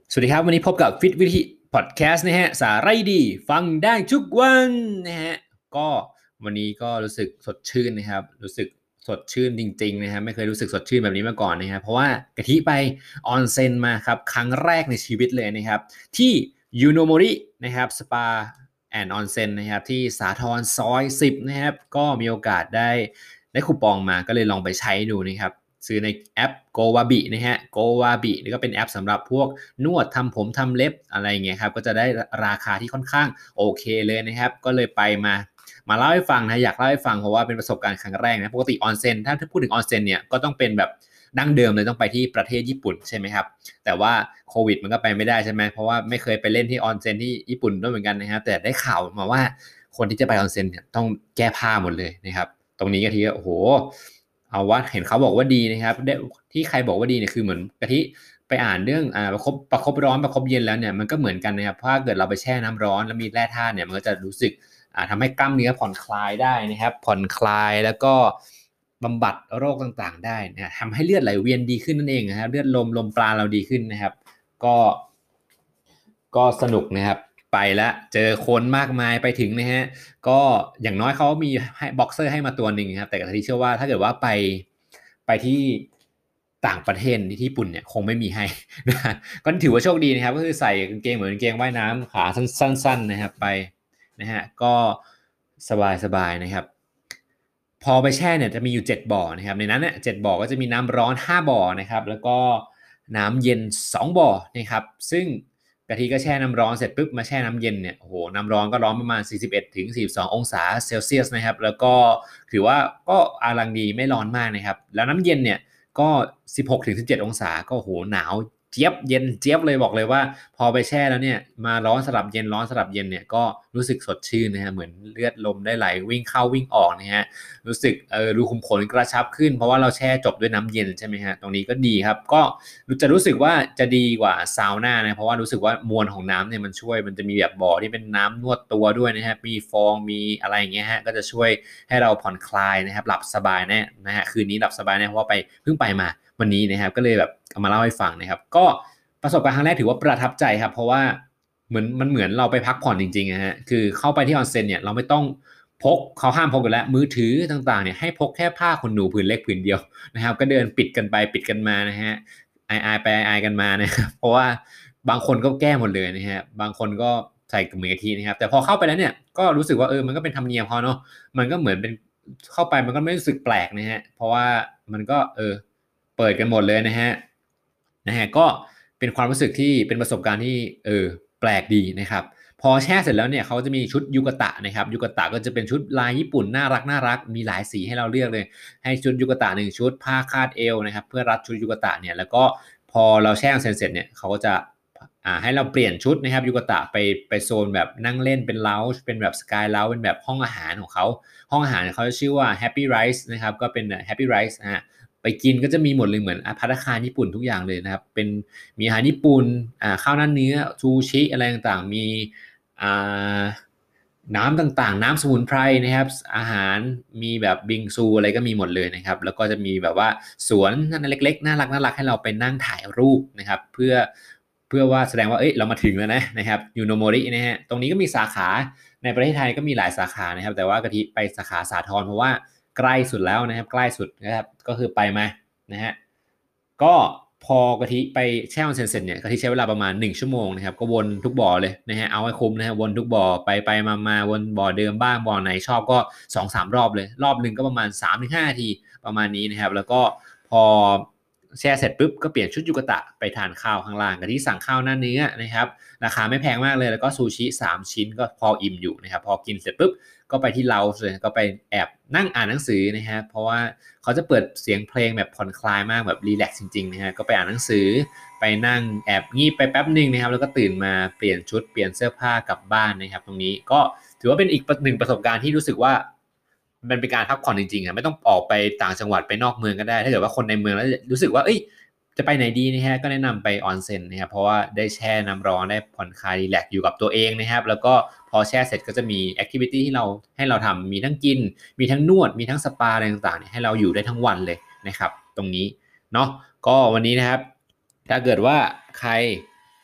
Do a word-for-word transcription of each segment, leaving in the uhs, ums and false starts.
สวัสดีครับวันนี้พบกับฟิตวิธีพอดแคสต์นะฮะสาระดีฟังได้ทุกวันนะฮะก็วันนี้ก็รู้สึกสดชื่นนะครับรู้สึกสดชื่นจริงๆนะฮะไม่เคยรู้สึกสดชื่นแบบนี้มาก่อนนะฮะเพราะว่ากะทิไปออนเซ็นมาครับครั้งแรกในชีวิตเลยนะครับที่ยูโนโมรินะครับสปาแอนด์ออนเซ็นนะครับที่สาทรซอยสิบนะครับก็มีโอกาสได้ได้คูปองมาก็เลยลองไปใช้ดูนะครับ ซื้อในแอป โกวาบิ นะฮะ โกวาบิ นี่ก็เป็นแอปสำหรับพวกนวดทำผมทำเล็บอะไรเงี้ยครับก็จะได้ราคาที่ค่อนข้างโอเคเลยนะครับก็เลยไปมามาเล่าให้ฟังนะอยากเล่าให้ฟังเพราะว่าเป็นประสบการณ์ครั้งแรกนะปกติออนเซ็นถ้าพูดถึงออนเซ็นเนี่ยก็ต้องเป็นแบบดั้งเดิมเลยต้องไปที่ประเทศญี่ปุ่นใช่ไหมครับแต่ว่าโควิดมันก็ไปไม่ได้ใช่ไหมเพราะว่าไม่เคยไปเล่นที่ออนเซ็นที่ญี่ปุ่นด้วยเหมือนกันนะครับแต่ได้ข่าวมาว่าคนที่จะไปออนเซ็นเนี่ยต้องแก้ผ้าหมดเลยนะครับตรงนี้ก็ทีโอ้โห เอาว่าเห็นเขาบอกว่าดีนะครับที่ใครบอกว่าดีเนี่ยคือเหมือนกะทิไปอ่านเรื่องอ่าประคบประคบร้อนประคบเย็นแล้วเนี่ยมันก็เหมือนกันนะครับเพราะถ้าเกิดเราไปแช่น้ำร้อนแล้วมีแร่ธาตุเนี่ยมันก็จะรู้สึกอ่าทำให้กล้ามเนื้อผ่อนคลายได้นะครับผ่อนคลายแล้วก็บำบัดโรคต่างๆได้นะทำให้เลือดไหลเวียนดีขึ้นนั่นเองนะครับเลือดลมลมปราณเราดีขึ้นนะครับก็ก็สนุกนะครับไปแล้วเจอคนมากมายไปถึงนะฮะ ก็อย่างน้อยเขามีให้บ็อกเซอร์ให้มาตัวหนึ่งครับแต่กะทิเชื่อว่าถ้าเกิดว่าไปไปที่ต่างประเทศที่ญี่ปุ่นเนี่ยคงไม่มีให้นะก็ถือว่าโชคดีนะครับก็คือใส่กางเกงเหมือนกางเกงว่ายน้ำขาสั้นๆนะครับไปนะฮะก็สบายๆนะครับพอไปแช่เนี่ยจะมีอยู่เจ็ดบ่อนะครับในนั้นเนี่ยเจ็ดบ่อก็จะมีน้ำร้อนห้าบ่อนะครับแล้วก็น้ำเย็นสองบ่อนะครับซึ่ง กะทิก็แช่น้ำร้อนเสร็จปุ๊บมาแช่น้ำเย็นเนี่ยโอ้โหน้ำร้อนก็ร้อนประมาณสี่สิบเอ็ดถึงสี่สิบสององศาเซลเซียสนะครับแล้วก็ถือว่าก็กำลังดีไม่ร้อนมากนะครับแล้วน้ำเย็นเนี่ยก็สิบหกถึงสิบเจ็ดองศาก็โอ้โหหนาวเจี๊ยบเย็นเจี๊ยบเลยบอกเลยว่าพอไปแช่แล้วเนี่ยมาร้อนสลับเย็นร้อนสลับเย็นเนี่ยก็รู้สึกสดชื่นนะฮะเหมือนเลือดลมได้ไหลวิ่งเข้าวิ่งออกนะฮะรู้สึกเออรูขุมขนกระชับขึ้นเพราะว่าเราแช่จบด้วยน้ำเย็นใช่ไหมฮะตรงนี้ก็ดีครับก็จะรู้สึกว่าจะดีกว่าซาวน่านะเพราะว่ารู้สึกว่ามวลของน้ำเนี่ยมันช่วยมันจะมีแบบบ่อที่เป็นน้ำนวดตัวด้วยนะฮะมีฟองมีอะไรอย่างเงี้ยฮะก็จะช่วยให้เราผ่อนคลายนะครับหลับสบายแน่นะฮะคืนนี้หลับสบายแน่เพราะว่าไปเพิ่งไปมาวันนี้นะครับก็เลยแบบเอามาเล่าให้ฟังนะครับก็ประสบการณ์ครั้งแรกถือว่าประทับใจครับเพราะว่าเหมือนมันเหมือนเราไปพักผ่อนจริงๆนะฮะคือเข้าไปที่ออนเซ็นเนี่ยเราไม่ต้องพกเขาห้ามพกกันแล้วมือถือต่างๆเนี่ยให้พกแค่ผ้าขนหนูผืนเล็กผืนเดียวนะครับก็เดินปิดกันไปปิดกันมานะฮะ อายๆไปอายๆกันมานะครับเพราะว่าบางคนก็แก้หมดเลยนะฮะบางคนก็ใส่เหมือนกะทินะครับแต่พอเข้าไปแล้วเนี่ยก็รู้สึกว่าเออมันก็เป็นธรรมเนียมเขาเนาะมันก็เหมือนเป็นเข้าไปมันก็ไม่รู้สึกแปลกนะฮะเพราะว่ามันก็เออเปิดกันหมดเลยนะฮะนะฮะก็เป็นความรู้สึกที่เป็นประสบการณ์ที่เออแปลกดีนะครับพอแช่เสร็จแล้วเนี่ยเขาจะมีชุดยูกะตะนะครับยูกะตะก็จะเป็นชุดลายญี่ปุ่นน่ารักน่ารักมีหลายสีให้เราเลือกเลยให้ชุดยูกะตะหนึ่งชุดผ้าคาดเอวนะครับเพื่อรัดชุดยูกะตะเนี่ยแล้วก็ พอเราแช่เสร็จเสร็จเนี่ยเขาก็จะอ่าให้เราเปลี่ยนชุดนะครับยูกตะไปไปโซนแบบนั่งเล่นเป็นเลาส์เป็นแบบสกายเลาส์เป็นแบบห้องอาหารของเขาห้องอาหารเขาจะชื่อว่า Happy Rice นะครับก็เป็น Happy Rice นะฮะไปกินก็จะมีหมดเลยเหมือนภัตตาคารญี่ปุ่นทุกอย่างเลยนะครับเป็นมีอาหารญี่ปุ่นอ่าข้าวหน้าเนื้อซูชิอะไรต่างๆมีอ่าน้ำต่างๆน้ำสมุนไพรนะครับอาหารมีแบบบิงซูอะไรก็มีหมดเลยนะครับแล้วก็จะมีแบบว่าสวนนั่นเล็กๆน่ารักน่ารักให้เราไปนั่งถ่ายรูปนะครับเพื่อเพื่อว่าแสดงว่าเอ้ยเรามาถึงแล้วนะนะครับยูโนโมรินะฮะตรงนี้ก็มีสาขาในประเทศไทยก็มีหลายสาขานะครับแต่ว่ากะทิไปสาขาสาทรเพราะว่าใกล้สุดแล้วนะครับใกล้สุดนะครับก็คือไปมานะฮะก็พอกะทิไปแช่ออนเซ็นเสร็จเนี่ยกะทิใช้เวลาประมาณหนึ่งชั่วโมงนะครับก็วนทุกบ่อเลยนะฮะเอาให้คุ้มนะฮะวนทุกบ่อไปไปมามาวนบ่อเดิมบ้างบ่อไหนชอบก็สองสามรอบเลยรอบหนึ่งก็ประมาณสามถึงห้านาทีประมาณนี้นะครับแล้วก็พอแช่เสร็จปุ๊บก็เปลี่ยนชุดยูกะตะไปทานข้าวข้างล่างกะทิสั่งข้าวหน้าเนื้อนะครับราคาไม่แพงมากเลยแล้วก็ซูชิสามชิ้นก็พออิ่มอยู่นะครับพอกินเสร็จปุ๊บก็ไปที่เราเลยก็ไปแอบนั่งอ่านหนังสือนะฮะเพราะว่าเขาจะเปิดเสียงเพลงแบบผ่อนคลายมากแบบรีแลกซ์จริงๆนะฮะก็ไปอ่านหนังสือไปนั่งแอบงีบไปแป๊บหนึ่งนะครับแล้วก็ตื่นมาเปลี่ยนชุดเปลี่ยนเสื้อผ้ากลับบ้านนะครับตรงนี้ก็ถือว่าเป็นอีกหนึ่งประสบการณ์ที่รู้สึกว่ามันเป็นการพักผ่อนจริงๆอ่ะไม่ต้องออกไปต่างจังหวัดไปนอกเมืองก็ได้ถ้าเกิดว่าคนในเมืองแล้วรู้สึกว่าเอ้ยจะไปไหนดีนะฮะก็แนะนำไปออนเซ็นนะครับเพราะว่าได้แช่น้ำร้อนได้ผ่อนคลายรีแลกซ์อยู่กับตัวเองนะครับแล้วก็พอแช่เสร็จก็จะมีแอคทิวิตี้ที่เราให้เราทำมีทั้งกินมีทั้งนวดมีทั้งสปาอะไรต่างๆให้เราอยู่ได้ทั้งวันเลยนะครับตรงนี้เนาะก็วันนี้นะครับถ้าเกิดว่าใคร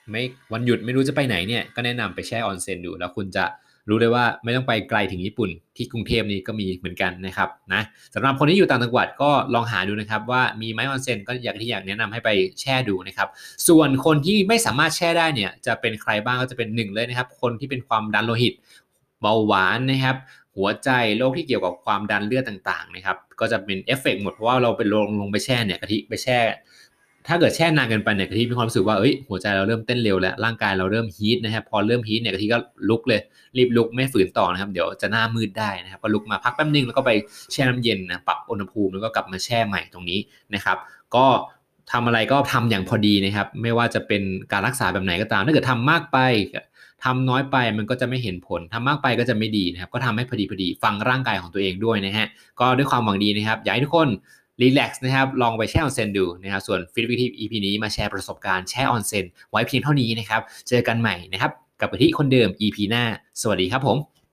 ไม่วันหยุดไม่รู้จะไปไหนเนี่ยก็แนะนำไปแช่ออนเซ็นดูแล้วคุณจะรู้เลยว่าไม่ต้องไปไกลถึงญี่ปุ่นที่กรุงเทพนี้ก็มีเหมือนกันนะครับนะสำหรับคนที่อยู่ต่างจังหวัดก็ลองหาดูนะครับว่ามีไหมออนเซ็นก็อยากที่อยากแนะนำให้ไปแช่ดูนะครับส่วนคนที่ไม่สามารถแช่ได้เนี่ยจะเป็นใครบ้างก็จะเป็นหนึ่งเลยนะครับคนที่เป็นความดันโลหิตเบาหวานนะครับหัวใจโรคที่เกี่ยวกับความดันเลือดต่างๆนะครับก็จะเป็นเอฟเฟกต์หมดเพราะว่าเราไปลงลงไปแช่เนี่ยกะทิไปแช่ถ้าเกิดแช่นานเกินไปเนี่ยกะทิมีความรู้สึกว่าเอ้ยหัวใจเราเริ่มเต้นเร็วแล้วร่างกายเราเริ่มฮีทนะครับพอเริ่มฮีทเนี่ยกะทิก็ลุกเลยรีบลุกไม่ฝืนต่อนะครับเดี๋ยวจะหน้ามืดได้นะครับก็ลุกมาพักแป๊บนึงแล้วก็ไปแช่น้ำเย็นนะปรับอุณหภูมิแล้วก็กลับมาแช่ใหม่ตรงนี้นะครับก็ทำอะไรก็ทำอย่างพอดีนะครับไม่ว่าจะเป็นการรักษาแบบไหนก็ตามถ้าเกิดทำมากไปทำน้อยไปมันก็จะไม่เห็นผลทำมากไปก็จะไม่ดีนะครับก็ทำให้พอดีพอดีฟังร่างกายของตัวเองด้วยนะฮะก็ด้วยความหวังดีนะครับอยากให้ทุกคนรีแลกซ์นะครับลองไปแช่ออนเซ็นดูนะครับส่วนฟิตวิธี อี พี นี้มาแชร์ประสบการณ์แช่ออนเซ็นไว้เพียงเท่านี้นะครับเจอกันใหม่นะครับกับกะทิคนเดิม อี พี หน้าสวัสดีครับผม